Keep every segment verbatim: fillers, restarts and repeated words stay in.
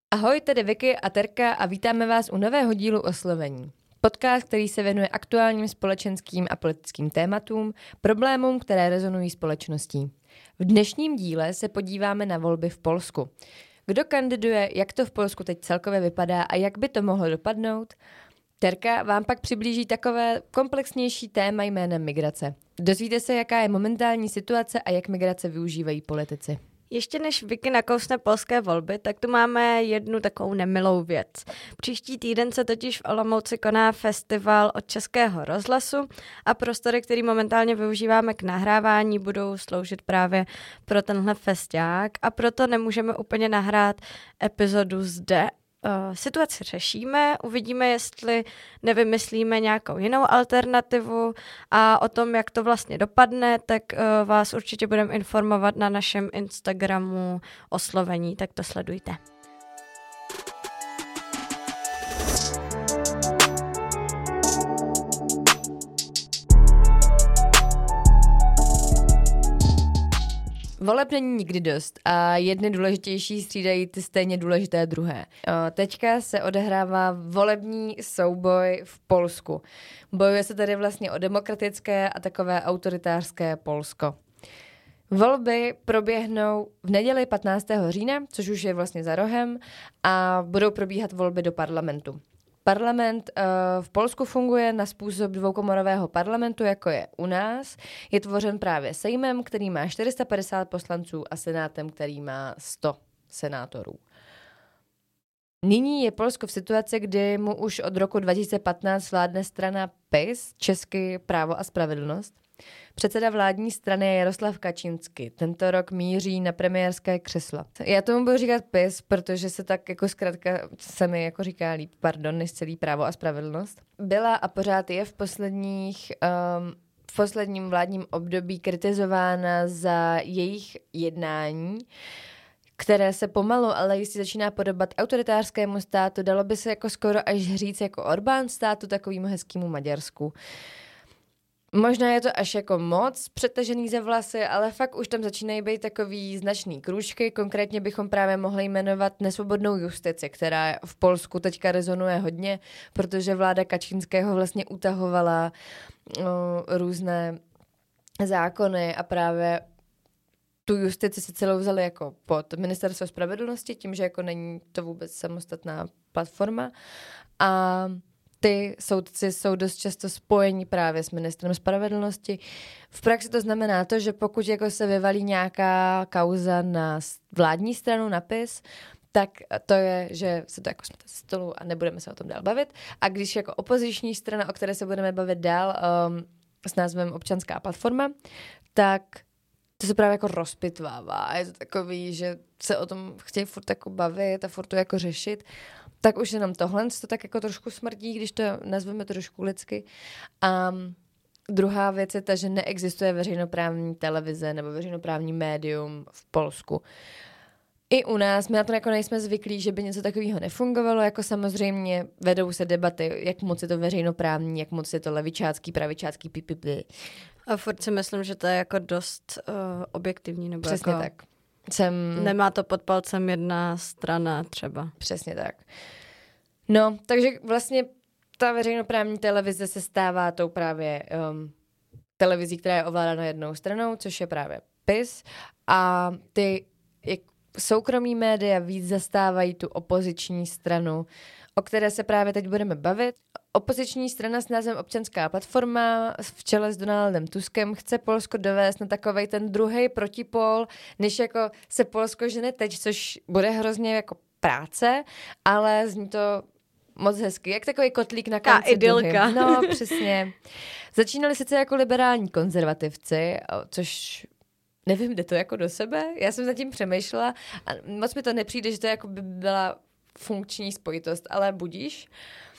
Ahoj, tady Vicky a Terka a vítáme vás u nového dílu Oslovení. Podcast, který se věnuje aktuálním společenským a politickým tématům, problémům, které rezonují společností. V dnešním díle se podíváme na volby v Polsku. Kdo kandiduje, jak to v Polsku teď celkově vypadá a jak by to mohlo dopadnout? Terka vám pak přiblíží takové komplexnější téma jménem migrace. Dozvíte se, jaká je momentální situace a jak migrace využívají politici. Ještě než Vicky nakousne polské volby, tak tu máme jednu takovou nemilou věc. Příští týden se totiž v Olomouci koná festival od Českého rozhlasu a prostory, které momentálně využíváme k nahrávání, budou sloužit právě pro tenhle festiák a proto nemůžeme úplně nahrát epizodu zde. Uh, situaci řešíme, uvidíme, jestli nevymyslíme nějakou jinou alternativu a o tom, jak to vlastně dopadne, tak uh, vás určitě budeme informovat na našem Instagramu Oslovení, tak to sledujte. Voleb není nikdy dost a jedny důležitější střídají ty stejně důležité druhé. Teďka se odehrává volební souboj v Polsku. Bojuje se tady vlastně o demokratické a takové autoritářské Polsko. Volby proběhnou v neděli patnáctého října, což už je vlastně za rohem, a budou probíhat volby do parlamentu. Parlament uh, v Polsku funguje na způsob dvoukomorového parlamentu, jako je u nás. Je tvořen právě Sejmem, který má čtyři sta padesát poslanců a Senátem, který má sto senátorů. Nyní je Polsko v situaci, kdy mu už od roku dva tisíce patnáct vládne strana PiS, česky Právo a spravedlnost. Předseda vládní strany je Jaroslav Kačínský. Tento rok míří na premiérské křeslo. Já tomu budu říkat PiS, protože se tak jako zkrátka se mi jako říká líp, pardon, než celý Právo a spravedlnost. Byla a pořád je v posledních um, v posledním vládním období kritizována za jejich jednání, které se pomalu, ale jistě začíná podobat autoritářskému státu. Dalo by se jako skoro až říct jako Orbán státu, takovému hezkému Maďarsku. Možná je to až jako moc přetažený za vlasy, ale fakt už tam začínají být takový značný krůčky. Konkrétně bychom právě mohli jmenovat nesvobodnou justici, která v Polsku teďka rezonuje hodně, protože vláda Kačínského vlastně utahovala o, různé zákony a právě tu justici se celou vzali jako pod Ministerstvo spravedlnosti, tím, že jako není to vůbec samostatná platforma. A ty soudci jsou dost často spojení právě s ministrem spravedlnosti. V praxi to znamená to, že pokud jako se vyvalí nějaká kauza na vládní stranu, na PiS, tak to je, že se to jako smete ze stolu a nebudeme se o tom dál bavit. A když jako opoziční strana, o které se budeme bavit dál um, s názvem Občanská platforma, tak to se právě jako rozpitvává. Je to takový, že se o tom chtějí furt jako bavit a furt to jako řešit. Tak už jenom tohle to tak jako trošku smrdí, když to nazveme trošku lidsky. A druhá věc je ta, že neexistuje veřejnoprávní televize nebo veřejnoprávní médium v Polsku. I u nás, my na to jako nejsme zvyklí, že by něco takového nefungovalo, jako samozřejmě vedou se debaty, jak moc je to veřejnoprávní, jak moc je to levičácký, pravičácký, pipipi. A furt si myslím, že to je jako dost uh, objektivní. Nebo Přesně jako... tak. Jsem... Nemá to pod palcem jedna strana třeba. Přesně tak. No, takže vlastně ta veřejnoprávní televize se stává tou právě um, televizí, která je ovládána jednou stranou, což je právě PiS. A ty jak soukromí média víc zastávají tu opoziční stranu, o které se právě teď budeme bavit. Opoziční strana s názvem Občanská platforma v čele s Donaldem Tuskem chce Polsko dovést na takovej ten druhý protipol, než jako se Polsko žene teď, což bude hrozně jako práce, ale zní to moc hezky, jak takový kotlík na konci idylka. No, přesně. Začínali sice jako liberální konzervativci, což nevím, jde to jako do sebe. Já jsem nad tím přemýšlela a moc mi to nepřijde, že to jako by byla funkční spojitost, ale budíš.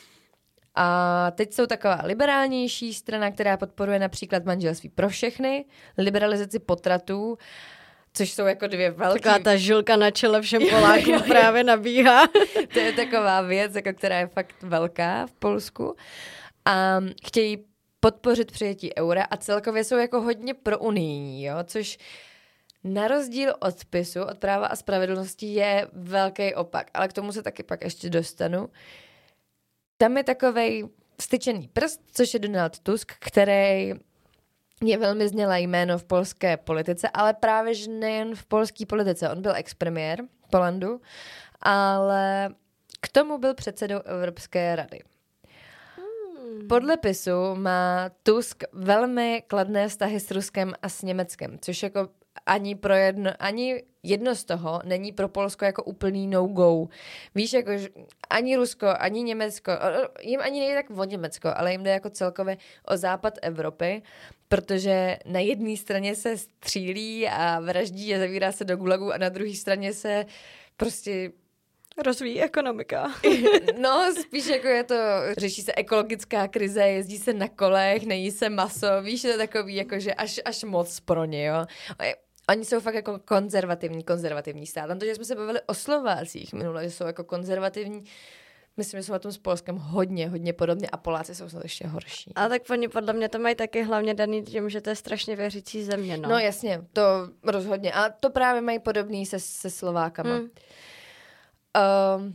A teď jsou taková liberálnější strana, která podporuje například manželství pro všechny, liberalizaci potratů, což jsou jako dvě velké... Taková ta žilka na čele všem Polákům právě nabíhá. To je taková věc, jako která je fakt velká v Polsku. A chtějí podpořit přijetí eura a celkově jsou jako hodně prounijní, jo, což Na rozdíl od PiSu, od Práva a spravedlnosti je velký opak, ale k tomu se taky pak ještě dostanu. Tam je takovej styčený prst, což je Donald Tusk, který je velmi znělé jméno v polské politice, ale právě že nejen v polské politice. On byl expremiér Polandu, ale k tomu byl předsedou Evropské rady. Podle PiSu má Tusk velmi kladné vztahy s Ruskem a s Německem, což jako ani pro jedno, ani jedno z toho není pro Polsko jako úplný no-go. Víš, jako ani Rusko, ani Německo, jim ani nejde tak o Německo, ale jim jde jako celkově o západ Evropy, protože na jedné straně se střílí a vraždí a zavírá se do gulagu a na druhé straně se prostě rozvíjí ekonomika. No, spíš jako je to, řeší se ekologická krize, jezdí se na kolech, nejí se maso, víš, to je takový jako, že až, až moc pro ně, jo. Oni jsou fakt jako konzervativní, konzervativní stát. Tam to, že jsme se bavili o Slovácích minule, že jsou jako konzervativní, myslím, že jsou na tom s Polskem hodně, hodně podobně a Poláci jsou snad ještě horší. A tak oni podle mě to mají taky hlavně daný tím, že to je strašně věřící země, no. No jasně, to rozhodně. A to právě mají podobný se, se Slovákama. Hmm. Um,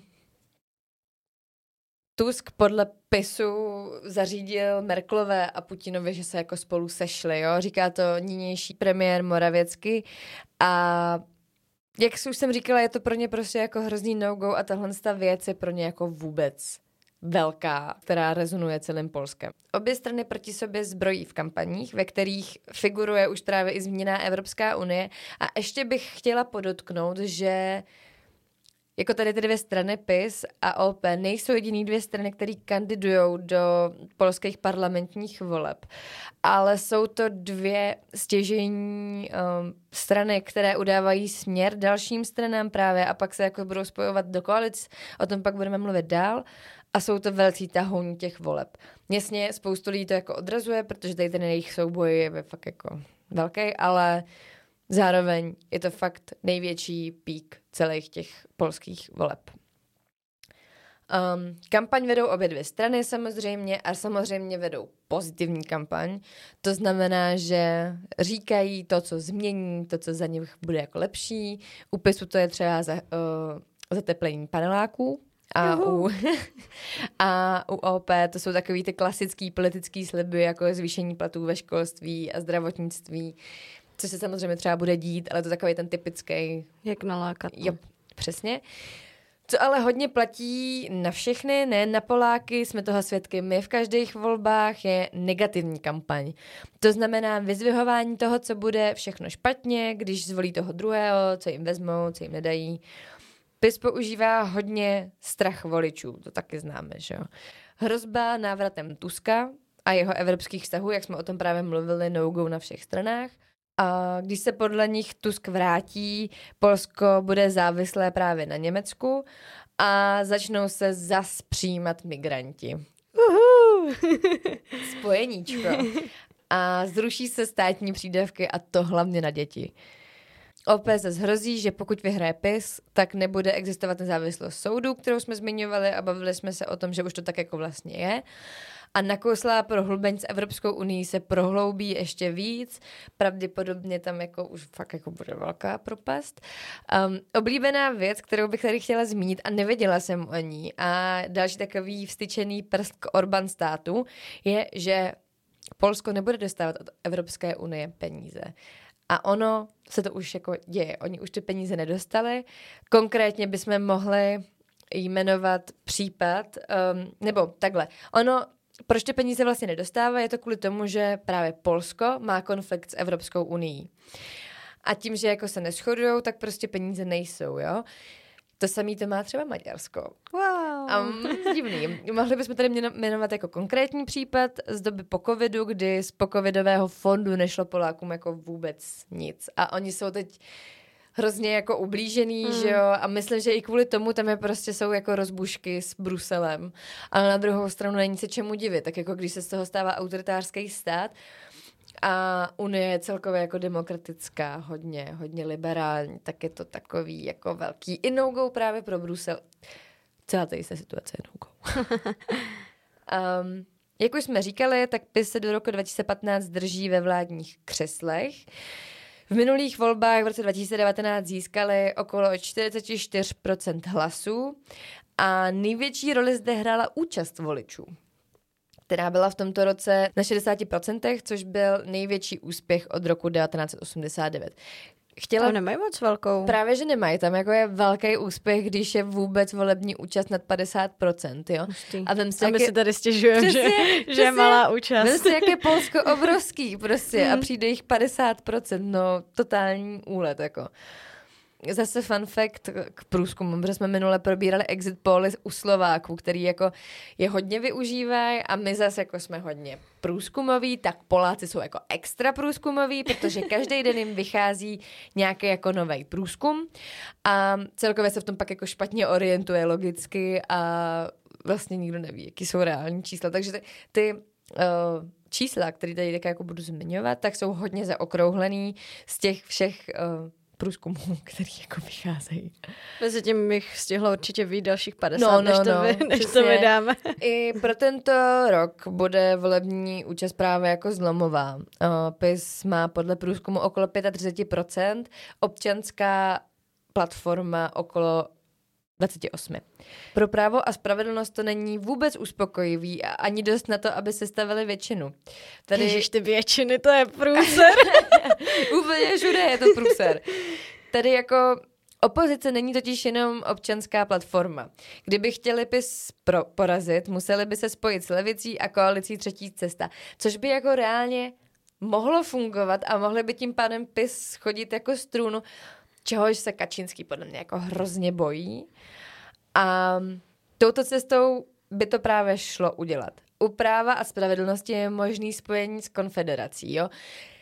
Tusk podle PiSu zařídil Merkelové a Putinovi, že se jako spolu sešli, jo? Říká to nynější premiér Morawiecki a jak už jsem říkala, je to pro ně prostě jako hrozný no-go a tahle věc je pro ně jako vůbec velká, která rezonuje celým Polskem. Obě strany proti sobě zbrojí v kampaních, ve kterých figuruje už právě i zmíněná Evropská unie a ještě bych chtěla podotknout, že jako tady ty dvě strany PiS a O P nejsou jediný dvě strany, které kandidují do polských parlamentních voleb, ale jsou to dvě stěžejní um, strany, které udávají směr dalším stranám právě a pak se jako budou spojovat do koalic, o tom pak budeme mluvit dál a jsou to velcí tahouni těch voleb. Jasně, spoustu lidí to jako odrazuje, protože tady ten jejich souboj je fakt jako velký, ale zároveň je to fakt největší pík celých těch polských voleb. Um, kampaň vedou obě dvě strany samozřejmě a samozřejmě vedou pozitivní kampaň. To znamená, že říkají to, co změní, to, co za nich bude jako lepší. U PiSu to je třeba za, uh, zateplení paneláků. A u, a u O P to jsou takový ty klasický politický sliby, jako zvýšení platů ve školství a zdravotnictví, co se samozřejmě třeba bude dít, ale to takový ten typický. Jak nalákat. Jo, přesně. Co ale hodně platí na všechny, ne na Poláky, jsme toho svědky my v každých volbách, je negativní kampaň. To znamená vyzdvihování toho, co bude všechno špatně, když zvolí toho druhého, co jim vezmou, co jim nedají. PiS používá hodně strach voličů, to taky známe, že jo. Hrozba návratem Tuska a jeho evropských vztahů, jak jsme o tom právě mluvili, no-go na všech stranách. A když se podle nich Tusk vrátí, Polsko bude závislé právě na Německu a začnou se zas přijímat migranti. Uhu. Spojeníčko. A zruší se státní přídavky a to hlavně na děti. O P se zhrozí, že pokud vyhraje PiS, tak nebude existovat nezávislost soudu, kterou jsme zmiňovali a bavili jsme se o tom, že už to tak jako vlastně je. A nakouslá prohlubeň s Evropskou unii se prohloubí ještě víc. Pravděpodobně tam jako už fakt jako bude velká propast. Um, oblíbená věc, kterou bych tady chtěla zmínit a nevěděla jsem o ní a další takový vstyčený prst k Orbán státu je, že Polsko nebude dostávat od Evropské unie peníze. A ono se to už jako děje. Oni už ty peníze nedostali. Konkrétně bychom mohli jmenovat případ, um, nebo takhle. Ono, proč ty peníze vlastně nedostává, je to kvůli tomu, že právě Polsko má konflikt s Evropskou unií. A tím, že jako se neshodujou, tak prostě peníze nejsou, jo. To samý to má třeba Maďarsko. Wow. Um, divný. Mohli bychom tady jmenovat jako konkrétní případ z doby po covidu, kdy z pocovidového fondu nešlo Polákům jako vůbec nic. A oni jsou teď hrozně jako ublížený, hmm. že jo, a myslím, že i kvůli tomu tam je prostě jsou jako rozbušky s Bruselem. Ale na druhou stranu není se čemu divit, tak jako když se z toho stává autoritářský stát, a Unie je celkově jako demokratická, hodně, hodně liberální, tak je to takový jako velký i no-go právě pro Brusel. Celá ta jistá situace je no-go. um, jak už jsme říkali, tak PiS se do roku dva tisíce patnáct drží ve vládních křeslech. V minulých volbách v roce dva tisíce devatenáct získali okolo čtyřicet čtyři procent hlasů a největší roli zde hrála účast voličů, která byla v tomto roce na šedesát procent, což byl největší úspěch od roku devatenáct osmdesát devět. Chtěla... Tam nemají moc velkou. Právě, že nemají. Tam jako je velký úspěch, když je vůbec volební účast nad padesát procent, jo. A, vem si, a my je... si tady stěžujeme, že, přesně, že je malá účast. Vem si, jak je Polsko obrovský prostě a přijde jich padesát procent, no totální úlet, jako. Zase fun fact k průzkumu, protože jsme minule probírali exit poly u Slováků, který jako je hodně využívají a my zase jako jsme hodně průzkumoví, tak Poláci jsou jako extra průzkumoví, protože každý den jim vychází nějaký jako nový průzkum a celkově se v tom pak jako špatně orientuje logicky a vlastně nikdo neví, jaký jsou reální čísla. Takže ty, ty uh, čísla, které tady tak jako budu zmiňovat, tak jsou hodně zaokrouhlený z těch všech uh, průzkumů, který jako vycházejí. Mezi tím bych stihlo určitě vyjít dalších padesát, no, no, než, to, no, vy, než to vydáme. I pro tento rok bude volební účast právě jako zlomová. Uh, P I S má podle průzkumu okolo třicet pět procent, občanská platforma okolo dvacet osm. Pro Právo a spravedlnost to není vůbec uspokojivý a ani dost na to, aby sestavili většinu. Tady... Ježiš, ty většiny, to je průser. Úplně všude je to průser. Tady jako opozice není totiž jenom občanská platforma. Kdyby chtěli P I S pro, porazit, museli by se spojit s levicí a koalicí Třetí cesta, což by jako reálně mohlo fungovat a mohli by tím pádem P I S chodit jako z trůnu, čehož se Kačínský podle mě jako hrozně bojí. A touto cestou by to právě šlo udělat. U Práva a spravedlnosti je možný spojení s konfederací, jo.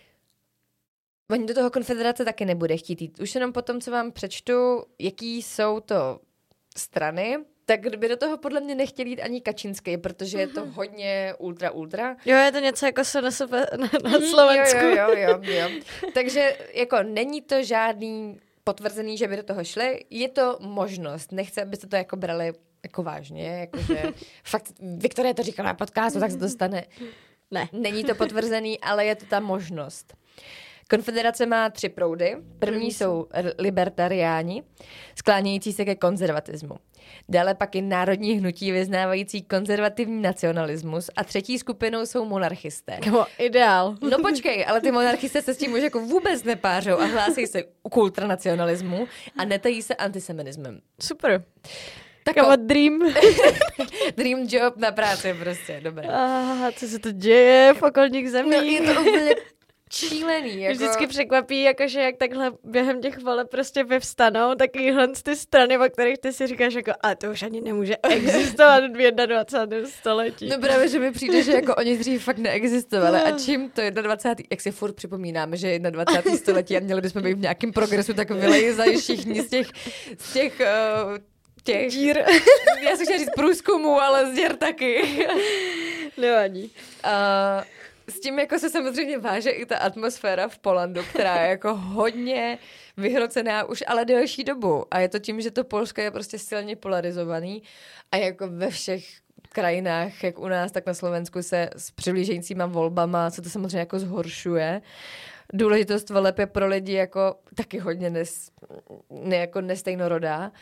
Oni do toho konfederace taky nebude chtít jít. Už jenom potom, co vám přečtu, jaký jsou to strany, tak by do toho podle mě nechtěl jít ani Kačínský, protože je to hodně ultra, ultra. Jo, je to něco jako se na, na, na Slovensku. Jo, jo, jo, jo, jo. Takže jako není to žádný potvrzený, že by do toho šli. Je to možnost. Nechci, abyste to jako brali jako vážně. Jakože fakt, Viktoria to říkala na podcastu, tak se to stane. Ne. Není to potvrzený, ale je to ta možnost. Konfederace má tři proudy. První jsou libertariáni, sklánějící se ke konzervatismu. Dále pak je národní hnutí vyznávající konzervativní nacionalismus a třetí skupinou jsou monarchisté. No, ideál. No počkej, ale ty monarchisté se s tím už jako vůbec nepářou a hlásí se k ultranacionalismu a netají se antisemitismem. Super. Taková dream. Dream job na práci prostě, dobré. A co se to děje v okolních zemích? No je to úplně šílený. Jako... Vždycky překvapí, jakože jak takhle během těch voleb prostě vyvstanou takovýhle ty strany, o kterých ty si říkáš jako, a to už ani nemůže existovat v dvacátém prvním století. No právě, že mi přijde, že jako oni dřív fakt neexistovali a čím to dvacátém prvním jak si furt připomínáme, že dvacátém prvním století a měli bychom být v nějakém progresu, tak vylejzají všichni z těch, z těch uh, těch dír. Já si chtěla říct průzkumu, ale z děr taky. Nevadí. Uh, S tím jako se samozřejmě váže i ta atmosféra v Polandu, která je jako hodně vyhrocená už ale delší dobu. A je to tím, že to Polsko je prostě silně polarizovaný a jako ve všech krajinách, jak u nás, tak na Slovensku se s přiblížejícíma volbama se to samozřejmě jako zhoršuje. Důležitost voleb je pro lidi jako taky hodně nes, ne, jako nestejnorodá.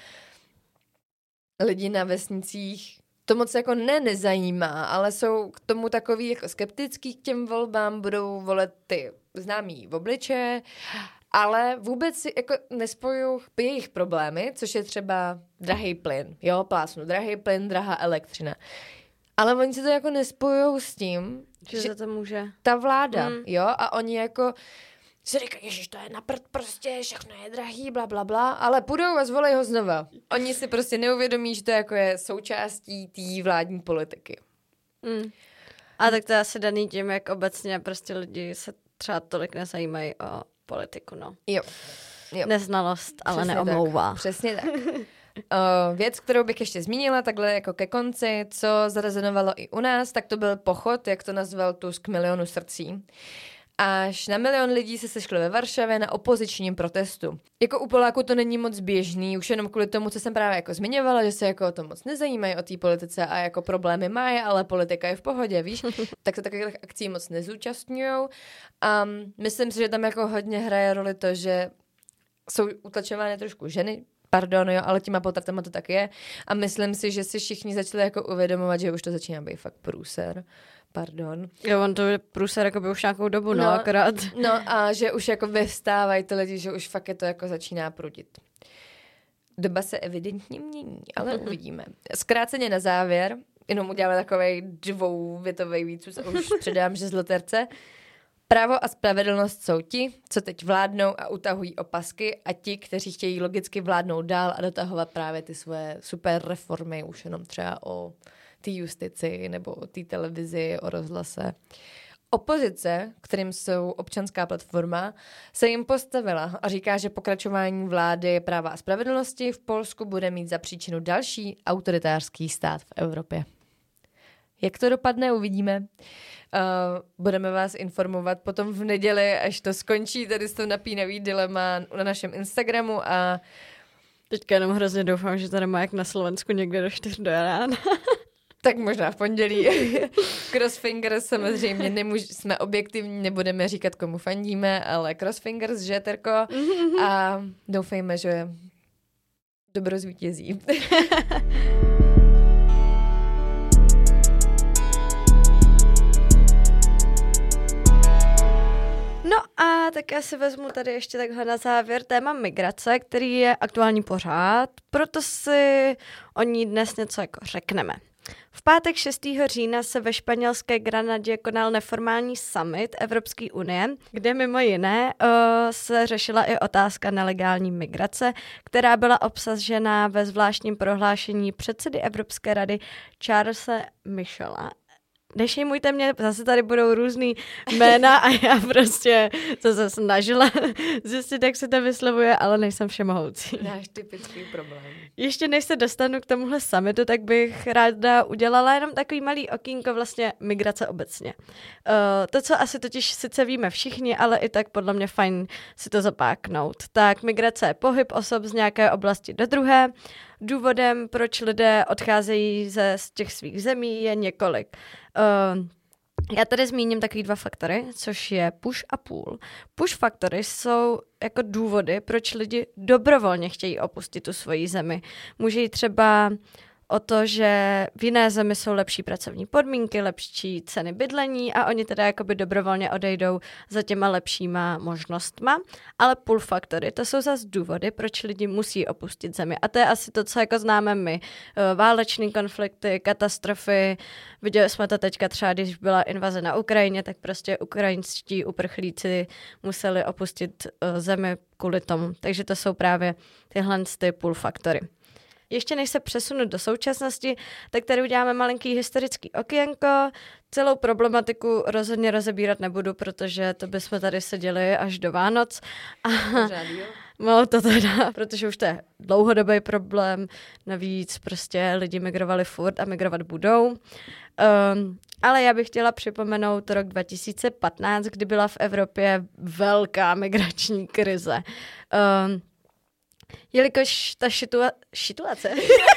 Lidi na vesnicích to moc jako ne nezajímá, ale jsou k tomu takový jako skeptický k těm volbám, budou volit ty známý v obliče, ale vůbec si jako nespojují jejich problémy, což je třeba drahý plyn, jo, plásnu, drahý plyn, drahá elektřina. Ale oni si to jako nespojují s tím, že, že to může ta vláda, mm. jo, a oni jako si říkají, ježiš, to je na prd prostě, všechno je drahý, bla, bla, bla, ale půjdou a zvolej ho znova. Oni si prostě neuvědomí, že to jako je součástí té vládní politiky. Mm. A tak to je asi daný tím, jak obecně prostě lidi se třeba tolik nezajímají o politiku, no. Jo. jo. Neznalost, ale Přesně neomlouvá. Tak. Přesně tak. Uh, věc, kterou bych ještě zmínila, takhle jako ke konci, co zarezonovalo i u nás, tak to byl pochod, jak to nazval Tusk, milionu srdcí. Až na milion lidí se sešlo ve Varšavě na opozičním protestu. Jako u Poláků to není moc běžný, už jenom kvůli tomu, co jsem právě jako zmiňovala, že se jako o tom moc nezajímají o té politice a jako problémy mají, ale politika je v pohodě, víš? Tak se takových akcí moc nezúčastňujou. A myslím si, že tam jako hodně hraje roli to, že jsou utlačovány trošku ženy, pardon, jo, ale těma potratama to tak je. A myslím si, že si všichni začali jako uvědomovat, že už to začíná být fakt průser. Pardon. Jo, on to je průser jako by už nějakou dobu, no, no akorát. No a že už jako vyvstávají ty lidi, že už fakt je to jako začíná prudit. Doba se evidentně mění, ale uvidíme. Zkráceně na závěr, jenom uděláme takovej dvouvětovej výcud a už předám žezloterce. Právo a spravedlnost jsou ti, co teď vládnou a utahují opasky a ti, kteří chtějí logicky vládnout dál a dotahovat právě ty svoje super reformy, už jenom třeba o té justici nebo o té televizi, o rozhlase. Opozice, kterým jsou Občanská platforma, se jim postavila a říká, že pokračování vlády práva a spravedlnosti v Polsku bude mít za příčinu další autoritářský stát v Evropě. Jak to dopadne, uvidíme. Uh, budeme vás informovat potom v neděli, až to skončí, tady s to napínavý dilema na našem Instagramu a teďka jenom hrozně doufám, že to nemá jak na Slovensku někde do čtyř do rána. Tak možná v pondělí. Crossfingers samozřejmě nemůž, jsme objektivní, nebudeme říkat, komu fandíme, ale Crossfingers, že Terko? A doufejme, že dobro zvítězí. No a tak já si vezmu tady ještě takhle na závěr téma migrace, který je aktuální pořád, proto si o ní dnes něco jako řekneme. V pátek šestého října se ve španělské Granadě konal neformální summit Evropské unie, kde mimo jiné uh, se řešila i otázka nelegální migrace, která byla obsažena ve zvláštním prohlášení předsedy Evropské rady Charlese Michela. Nešejmujte mě, zase tady budou různý jména a já prostě to se snažila zjistit, jak se to vyslovuje, ale nejsem všemohoucí. Náš typický problém. Ještě než se dostanu k tomuhle summitu, tak bych ráda udělala jenom takový malý okýnko vlastně migrace obecně. Uh, to, co asi totiž sice víme všichni, ale i tak podle mě fajn si to zapáknout. Tak migrace je pohyb osob z nějaké oblasti do druhé. Důvodem, proč lidé odcházejí ze z těch svých zemí, je několik. Uh, já tady zmíním takový dva faktory, což je push a pull. Push faktory jsou jako důvody, proč lidi dobrovolně chtějí opustit tu svoji zemi. Může jít třeba o to, že v jiné zemi jsou lepší pracovní podmínky, lepší ceny bydlení a oni teda jakoby dobrovolně odejdou za těma lepšíma možnostma. Ale pull faktory, to jsou zase důvody, proč lidi musí opustit zemi. A to je asi to, co jako známe my. Váleční konflikty, katastrofy. Viděli jsme to teďka třeba, když byla invaze na Ukrajině, tak prostě ukrajinští uprchlíci museli opustit zemi kvůli tomu. Takže to jsou právě tyhle ty pull faktory. Ještě než se přesunu do současnosti, tak tady uděláme malinký historický okénko. Celou problematiku rozhodně rozebírat nebudu, protože to bychom tady seděli až do Vánoc. A no to teda, protože už to je dlouhodobý problém. Navíc prostě lidi migrovali furt a migrovat budou. Um, ale já bych chtěla připomenout rok dva tisíce patnáct, kdy byla v Evropě velká migrační krize. Um, Jelikož ta šitua- situace...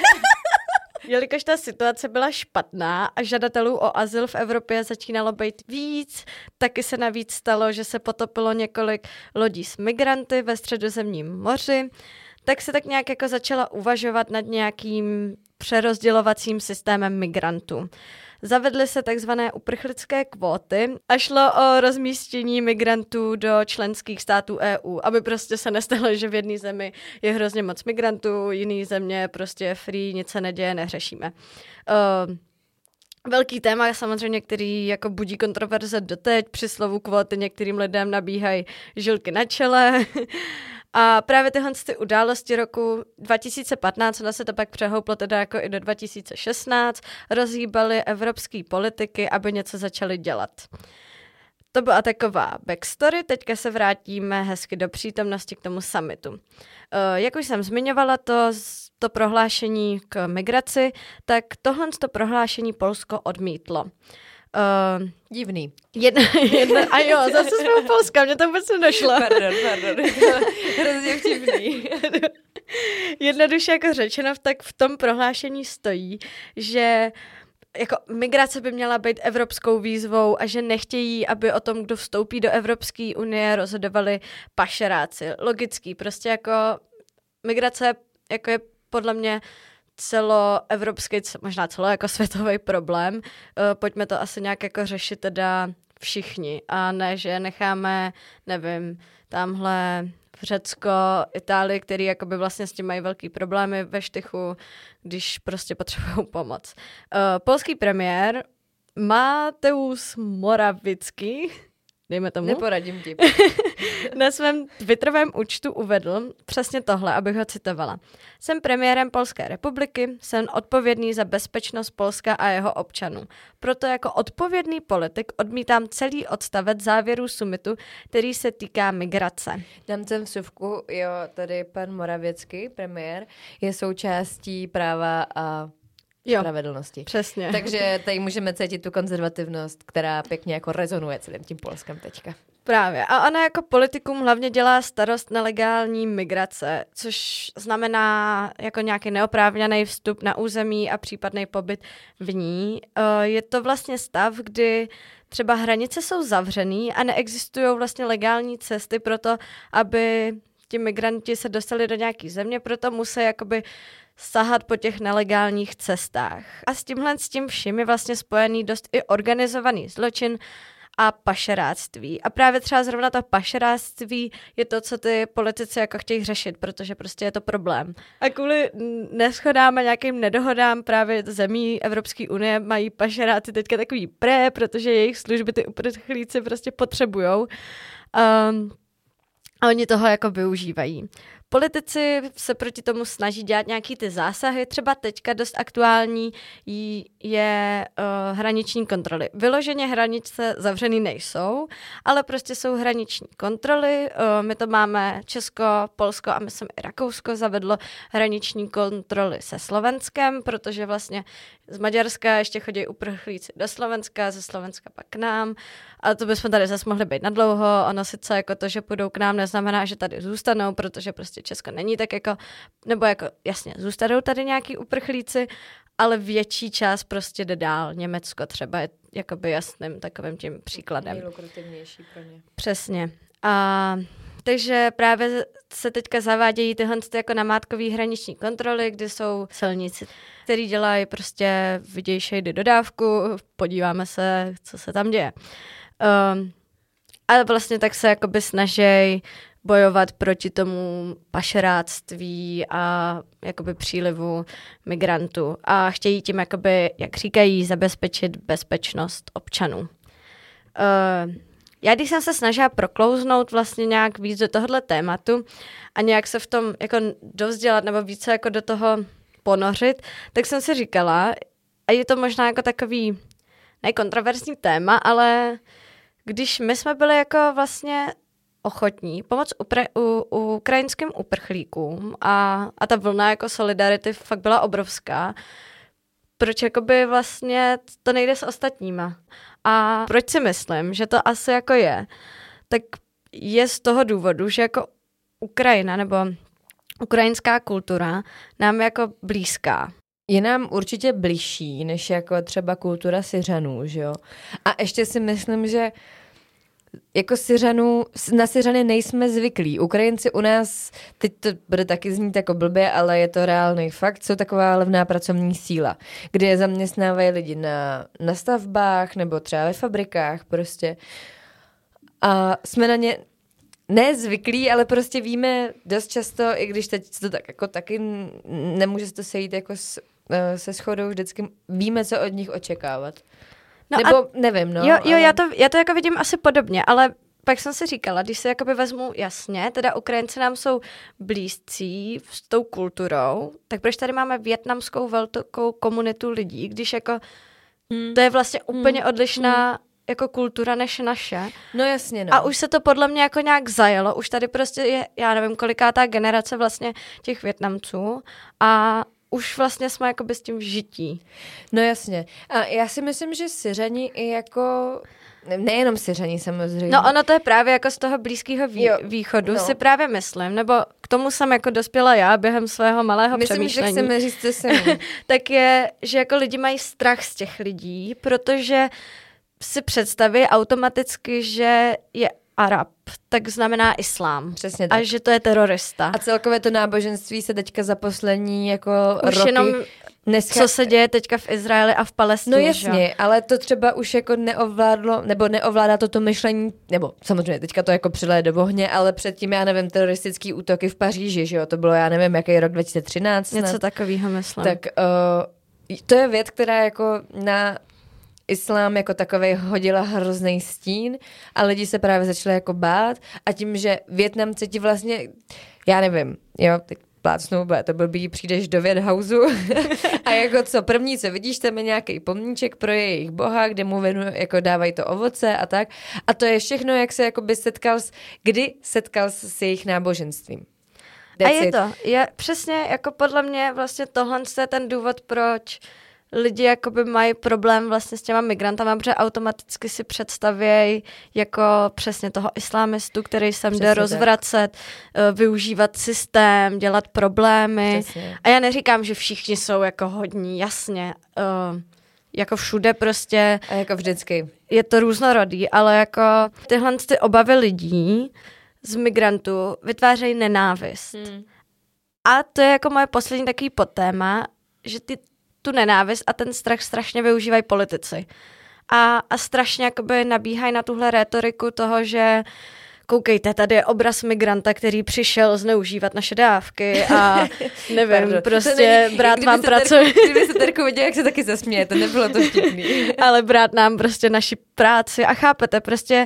Jelikož ta situace byla špatná a žadatelů o azyl v Evropě začínalo být víc, taky se navíc stalo, že se potopilo několik lodí s migranty ve Středozemním moři, tak se tak nějak jako začala uvažovat nad nějakým přerozdělovacím systémem migrantů. Zavedly se takzvané uprchlické kvóty a šlo o rozmístění migrantů do členských států E U, aby prostě se nestalo, že v jedné zemi je hrozně moc migrantů, jiný země prostě free, nic se neděje, neřešíme. Uh, Velký téma samozřejmě, který jako budí kontroverze doteď, při slovu kvóty některým lidem nabíhají žilky na čele. A právě tyhle ty události roku dva tisíce patnáct, ona se to pak přehouplo teda jako i do dva tisíce šestnáct, rozhýbaly evropské politiky, aby něco začaly dělat. To byla taková backstory, teďka se vrátíme hezky do přítomnosti k tomu summitu. Uh, jak už jsem zmiňovala to, to prohlášení k migraci, tak tohle to prohlášení Polsko odmítlo. Uh, Divný. Jedna, jedna, a jo, zase jsme u Polska, mě to vůbec nedošlo. Pardon, pardon, hrozně vtipný. Jednoduše jako řečeno, tak v tom prohlášení stojí, že jako migrace by měla být evropskou výzvou a že nechtějí, aby o tom, kdo vstoupí do Evropské unie, rozhodovali pašeráci. Logický, prostě jako migrace jako je podle mě celoevropský, možná celo jako světový problém. Uh, pojďme to asi nějak jako řešit teda všichni a ne, že necháme, nevím, tamhle v Řecko, Itálii, který jakoby vlastně s tím mají velký problémy ve štychu, když prostě potřebují pomoc. Uh, polský premiér Mateusz Morawiecki, dejme tomu. Neporadím ti. Na svém Twitterovém účtu uvedl přesně tohle, abych ho citovala. Jsem premiérem Polské republiky, jsem odpovědný za bezpečnost Polska a jeho občanů. Proto jako odpovědný politik odmítám celý odstavec závěrů summitu, který se týká migrace. Dám sem vsuvku, jo, tady pan Morawiecki, premiér, je součástí práva a spravedlnosti. Přesně. Takže tady můžeme cítit tu konzervativnost, která pěkně jako rezonuje celým tím Polskem teďka. Právě. A ona jako politikům hlavně dělá starost nelegální migrace, což znamená jako nějaký neoprávněný vstup na území a případný pobyt v ní. Je to vlastně stav, kdy třeba hranice jsou zavřený a neexistují vlastně legální cesty pro to, aby ti migranti se dostali do nějaký země, proto musí jakoby sahat po těch nelegálních cestách. A s tímhle s tím vším je vlastně spojený dost i organizovaný zločin a pašeráctví. A právě třeba zrovna to pašeráctví je to, co ty politici jako chtějí řešit, protože prostě je to problém. A kvůli neschodám a nějakým nedohodám právě zemí Evropské unie mají pašeráci teďka takový pré, protože jejich služby ty uprchlíci prostě potřebujou. Um, a oni toho jako využívají. Politici se proti tomu snaží dělat nějaký ty zásahy, třeba teďka dost aktuální je uh, hraniční kontroly. Vyloženě hranice zavřený nejsou, ale prostě jsou hraniční kontroly. Uh, my to máme Česko, Polsko a myslím i Rakousko zavedlo hraniční kontroly se Slovenskem, protože vlastně z Maďarska ještě chodí uprchlíci do Slovenska, ze Slovenska pak k nám. A to bychom tady zase mohli být nadlouho. Ono sice jako to, že půjdou k nám, neznamená, že tady zůstanou, protože prostě Česko není tak jako, nebo jako jasně, zůstanou tady nějaký uprchlíci, ale větší část prostě jde dál. Německo třeba je jakoby jasným takovým tím příkladem. Nejlukrativnější pro ně. Přesně. A takže právě se teďka zavádějí tyhle jako namátkový hraniční kontroly, kdy jsou celníci, který dělají prostě vidějí šejdy dodávku, podíváme se, co se tam děje. Um, ale vlastně tak se jakoby snaží bojovat proti tomu pašeráctví a jakoby přílivu migrantů a chtějí tím jakoby, jak říkají, zabezpečit bezpečnost občanů. Uh, já když jsem se snažila proklouznout vlastně nějak víc do tohohle tématu a nějak se v tom jako dovzdělat nebo více jako do toho ponořit, tak jsem si říkala, a je to možná jako takový nekontroverzní téma, ale když my jsme byli jako vlastně ochotní pomoct upra- u, u ukrajinským uprchlíkům a, a ta vlna jako solidarity fakt byla obrovská, proč jakoby vlastně to nejde s ostatníma. A proč si myslím, že to asi jako je, tak je z toho důvodu, že jako Ukrajina nebo ukrajinská kultura nám jako blízká. Je nám určitě bližší, než jako třeba kultura Syřanů, že jo? A ještě si myslím, že jako Syřanů, na Syřany nejsme zvyklí. Ukrajinci u nás, teď to bude taky znít jako blbě, ale je to reálný fakt, jsou taková levná pracovní síla, kde je zaměstnávají lidi na, na stavbách nebo třeba ve fabrikách prostě. A jsme na ně nezvyklí, ale prostě víme dost často, i když teď to tak jako taky nemůže se to sejít jako s, se shodou vždycky, víme, co od nich očekávat. No nebo a nevím, no. Jo, jo ale... já, to, já to jako vidím asi podobně, ale pak jsem si říkala, když se jakoby vezmu jasně, teda Ukrajinci nám jsou blízcí s tou kulturou, tak proč tady máme vietnamskou velkou komunitu lidí, když jako hmm. to je vlastně úplně odlišná hmm. jako kultura než naše. No jasně, no. A už se to podle mě jako nějak zajelo, už tady prostě je, já nevím, kolikátá generace vlastně těch Vietnamců a už vlastně jsme jakoby s tím v žití. No jasně. A já si myslím, že Syřani i jako... Nejenom Syřani samozřejmě. No ono to je právě jako z toho Blízkého vý, východu, no. si právě myslím, nebo k tomu jsem jako dospěla já během svého malého myslím, přemýšlení. Myslím, že chceme říct, co jsem. Tak je, že jako lidi mají strach z těch lidí, protože si představí automaticky, že je Arab, tak znamená islám. Přesně tak. A že to je terorista. A celkově to náboženství se teďka za poslední jako už roky... jenom Dneska... co se děje teďka v Izraeli a v Palestině. No jasně, že? Ale to třeba už jako neovládlo, nebo neovládá toto myšlení, nebo samozřejmě teďka to jako přileje do ohně, ale předtím, já nevím, teroristický útoky v Paříži, že jo, to bylo, já nevím, jaký rok dva tisíce třináct. Něco takového myslím. Tak uh, to je věc, která jako na islám jako takovej hodila hrozný stín a lidi se právě začali jako bát a tím, že Vietnamci ti vlastně, já nevím, jo, tak plácnou, bude to blbý, přijdeš do Vědhausu a jako co, první, co vidíš, tam je nějaký pomníček pro jejich boha, kde mu věnu, jako dávají to ovoce a tak. A to je všechno, jak se jakoby setkal s, kdy setkal s, s jejich náboženstvím. That's a je it. to, je přesně jako podle mě vlastně tohle je ten důvod, proč lidi jakoby mají problém vlastně s těma migrantama, protože automaticky si představějí jako přesně toho islámistu, který sem jde rozvracet, tak. využívat systém, dělat problémy. Přesně. A já neříkám, že všichni jsou jako hodní, jasně, uh, jako všude prostě. A jako vždycky. Je to různorodý, ale jako tyhle ty obavy lidí z migrantů vytvářejí nenávist. Hmm. A to je jako moje poslední takový podtéma, že ty tu nenávist a ten strach strašně využívají politici. A, a strašně jakoby nabíhají na tuhle rétoriku toho, že koukejte, tady je obraz migranta, který přišel zneužívat naše dávky a nevím, Pardon. prostě není, brát vám pracuje. Kdyby se Terku viděl, jak se taky zasměje, to nebylo to vtipný. Ale brát nám prostě naši práci a chápete, prostě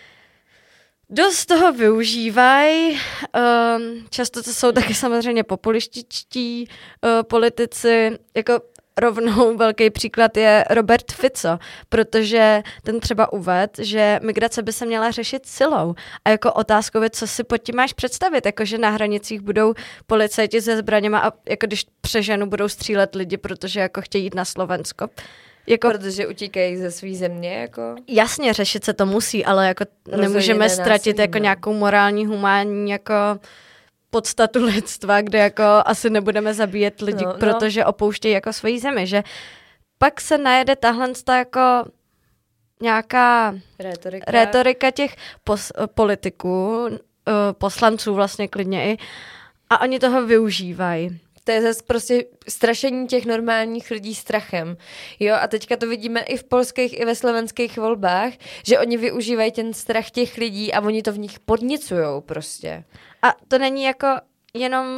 dost toho využívají. Um, často to jsou taky samozřejmě populističtí uh, politici, jako rovnou velký příklad je Robert Fico, protože ten třeba uvedl, že migrace by se měla řešit silou. A jako otázkou je, co si pod tím máš představit, jako že na hranicích budou policajti se zbraněma a jako když přeženu budou střílet lidi, protože jako chtějí jít na Slovensko. Jako, protože utíkají ze své země, jako? Jasně, řešit se to musí, ale jako rozhodně nemůžeme ztratit jako nějakou morální, humánní jako podstatu lidstva, kde jako asi nebudeme zabíjet lidi, no, no. protože opouštějí jako svoji zemi, že pak se najede tahle jako nějaká rétorika, rétorika těch pos, politiků, poslanců vlastně klidně i, a oni toho využívají. To je zase prostě strašení těch normálních lidí strachem. Jo, a teďka to vidíme i v polských, i ve slovenských volbách, že oni využívají ten strach těch lidí a oni to v nich podnicujou prostě. A to není jako jenom,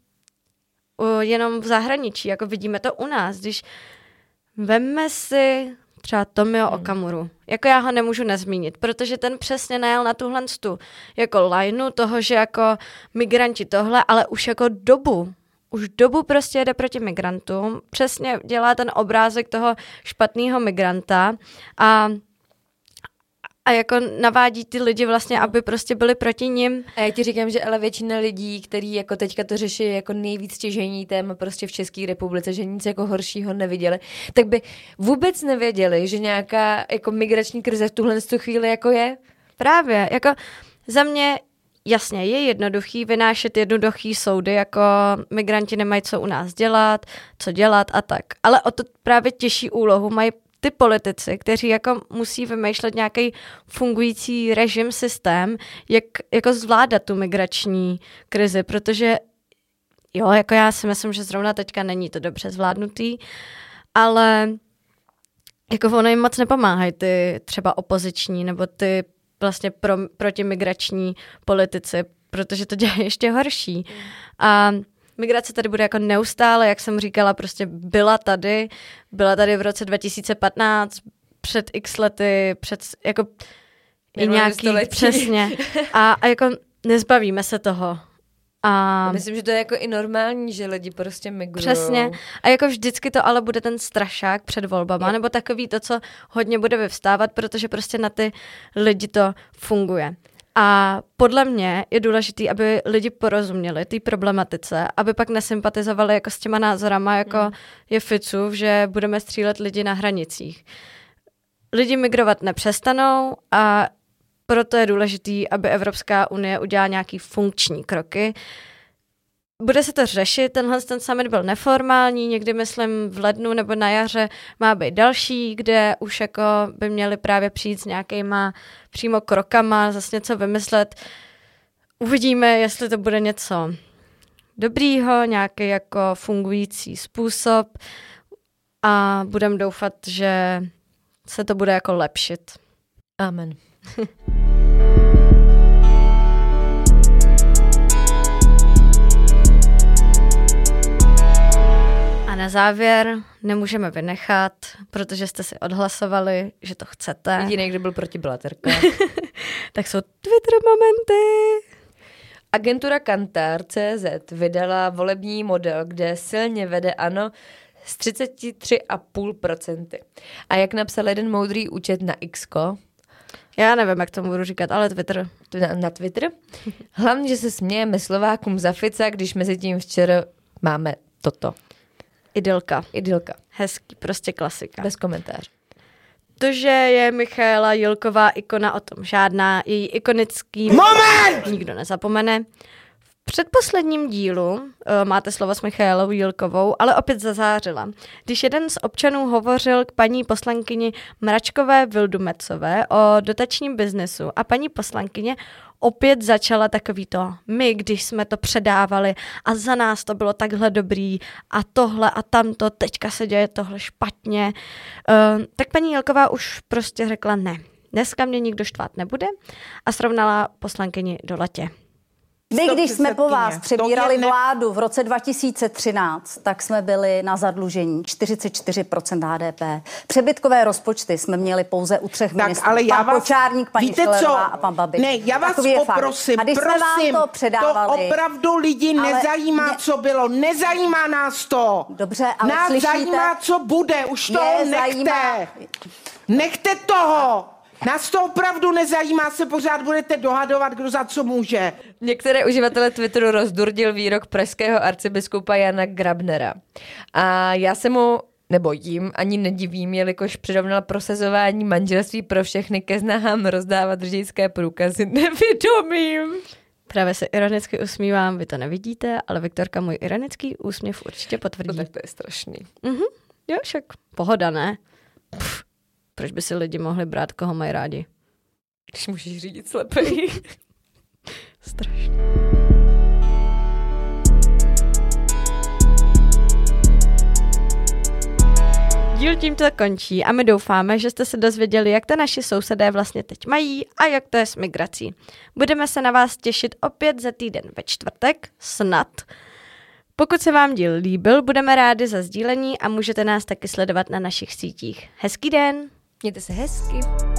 uh, jenom v zahraničí, jako vidíme to u nás, když vemme si třeba Tomio hmm. Okamuru. Jako já ho nemůžu nezmínit, protože ten přesně najel na tuhle stu jako lineu toho, že jako migranti tohle, ale už jako dobu Už dobu prostě jede proti migrantům, přesně dělá ten obrázek toho špatného migranta a, a jako navádí ty lidi vlastně, aby prostě byli proti nim. A já ti říkám, že ale většina lidí, kteří jako teďka to řeší jako nejvíc stěžejní téma prostě v České republice, že nic jako horšího neviděli, tak by vůbec nevěděli, že nějaká jako migrační krize v tuhle chvíli jako je. Právě, jako za mě jasně, je jednoduchý vynášet jednoduchý soudy, jako migranti nemají co u nás dělat, co dělat a tak. Ale o to právě těžší úlohu mají ty politici, kteří jako musí vymýšlet nějaký fungující režim, systém, jak jako zvládat tu migrační krizi, protože jo, jako já si myslím, že zrovna teďka není to dobře zvládnutý, ale jako ono jim moc nepomáhají ty třeba opoziční nebo ty vlastně pro, protimigrační politici, protože to dělá ještě horší. A migrace tady bude jako neustále, jak jsem říkala, prostě byla tady, byla tady v roce dva tisíce patnáct, před x lety, před jako i nějaký, století. Přesně. A, a jako nezbavíme se toho. A myslím, že to je jako i normální, že lidi prostě migrují. Přesně. A jako vždycky to ale bude ten strašák před volbama, je. Nebo takový to, co hodně bude vyvstávat, protože prostě na ty lidi to funguje. A podle mě je důležité, aby lidi porozuměli té problematice, aby pak nesympatizovali jako s těma názorama, jako mm. je Ficův, že budeme střílet lidi na hranicích. Lidi migrovat nepřestanou a proto je důležité, aby Evropská unie udělala nějaký funkční kroky. Bude se to řešit, tenhle ten summit byl neformální, někdy myslím v lednu nebo na jaře má být další, kde už jako by měli právě přijít s nějakýma přímo krokama, zase něco vymyslet. Uvidíme, jestli to bude něco dobrýho, nějaký jako fungující způsob a budeme doufat, že se to bude jako lepšit. Amen. A na závěr nemůžeme vynechat, protože jste si odhlasovali, že to chcete. Jediný, kdo byl proti, byla Terka. Tak jsou Twitter momenty. Agentura Kantar tečka cé zet vydala volební model, kde silně vede ANO s třicet tři celá pět procenta. A jak napsal jeden moudrý účet na Xko, já nevím, jak to budu říkat, ale Twitter. Na, na Twitter. Hlavně, že se smějeme Slovákům za Fica, když mezi tím včera máme toto. Idylka. Idylka. Hezký, prostě klasika. Bez komentář. To, že je Michaela Jilková ikona, o tom žádná. Její ikonický... Moment! Nikdo nezapomene. V předposledním dílu uh, máte slovo s Michaelou Jilkovou, ale opět zazářila. Když jeden z občanů hovořil k paní poslankyni Mračkové Vildumecové o dotačním biznesu a paní poslankyně opět začala takový to, my, když jsme to předávali a za nás to bylo takhle dobrý a tohle a tamto, teďka se děje tohle špatně. Uh, tak paní Jilková už prostě řekla ne. Dneska mě nikdo štvát nebude a srovnala poslankyni do latě. My, když jsme po vás přebírali vládu v roce dva tisíce třináct, tak jsme byli na zadlužení čtyřicet čtyři procent há dé pé. Přebytkové rozpočty jsme měli pouze u třech ministrů. Ale já pan vás, Počárník, paní Schillerová a pan Babiš. Ne, já vás poprosím, a když prosím, jsme vám to předávali, to opravdu lidi nezajímá, mě, co bylo. Nezajímá nás to. Dobře, ale nás slyšíte? Zajímá, co bude. Už to nechte. Zajímá. Nechte toho. Nás to opravdu nezajímá, se pořád budete dohadovat, kdo za co může. Některé uživatele Twitteru rozdurdil výrok pražského arcibiskupa Jana Grabnera. A já se mu, nebo jim, ani nedivím, jelikož přirovnal prosazování manželství pro všechny ke snahám rozdávat řidičské průkazy nevědomým. Právě se ironicky usmívám, vy to nevidíte, ale Viktorka můj ironický úsměv určitě potvrdí. No, tak to je strašný. Mhm, jo, však pohoda, ne? Pff. Proč by si lidi mohli brát, koho mají rádi? Když můžeš řídit slepej. Strašně. Díl tímto končí a my doufáme, že jste se dozvěděli, jak to naši sousedé vlastně teď mají a jak to je s migrací. Budeme se na vás těšit opět za týden ve čtvrtek, snad. Pokud se vám díl líbil, budeme rádi za sdílení a můžete nás taky sledovat na našich sítích. Hezký den! Mějte se hezky.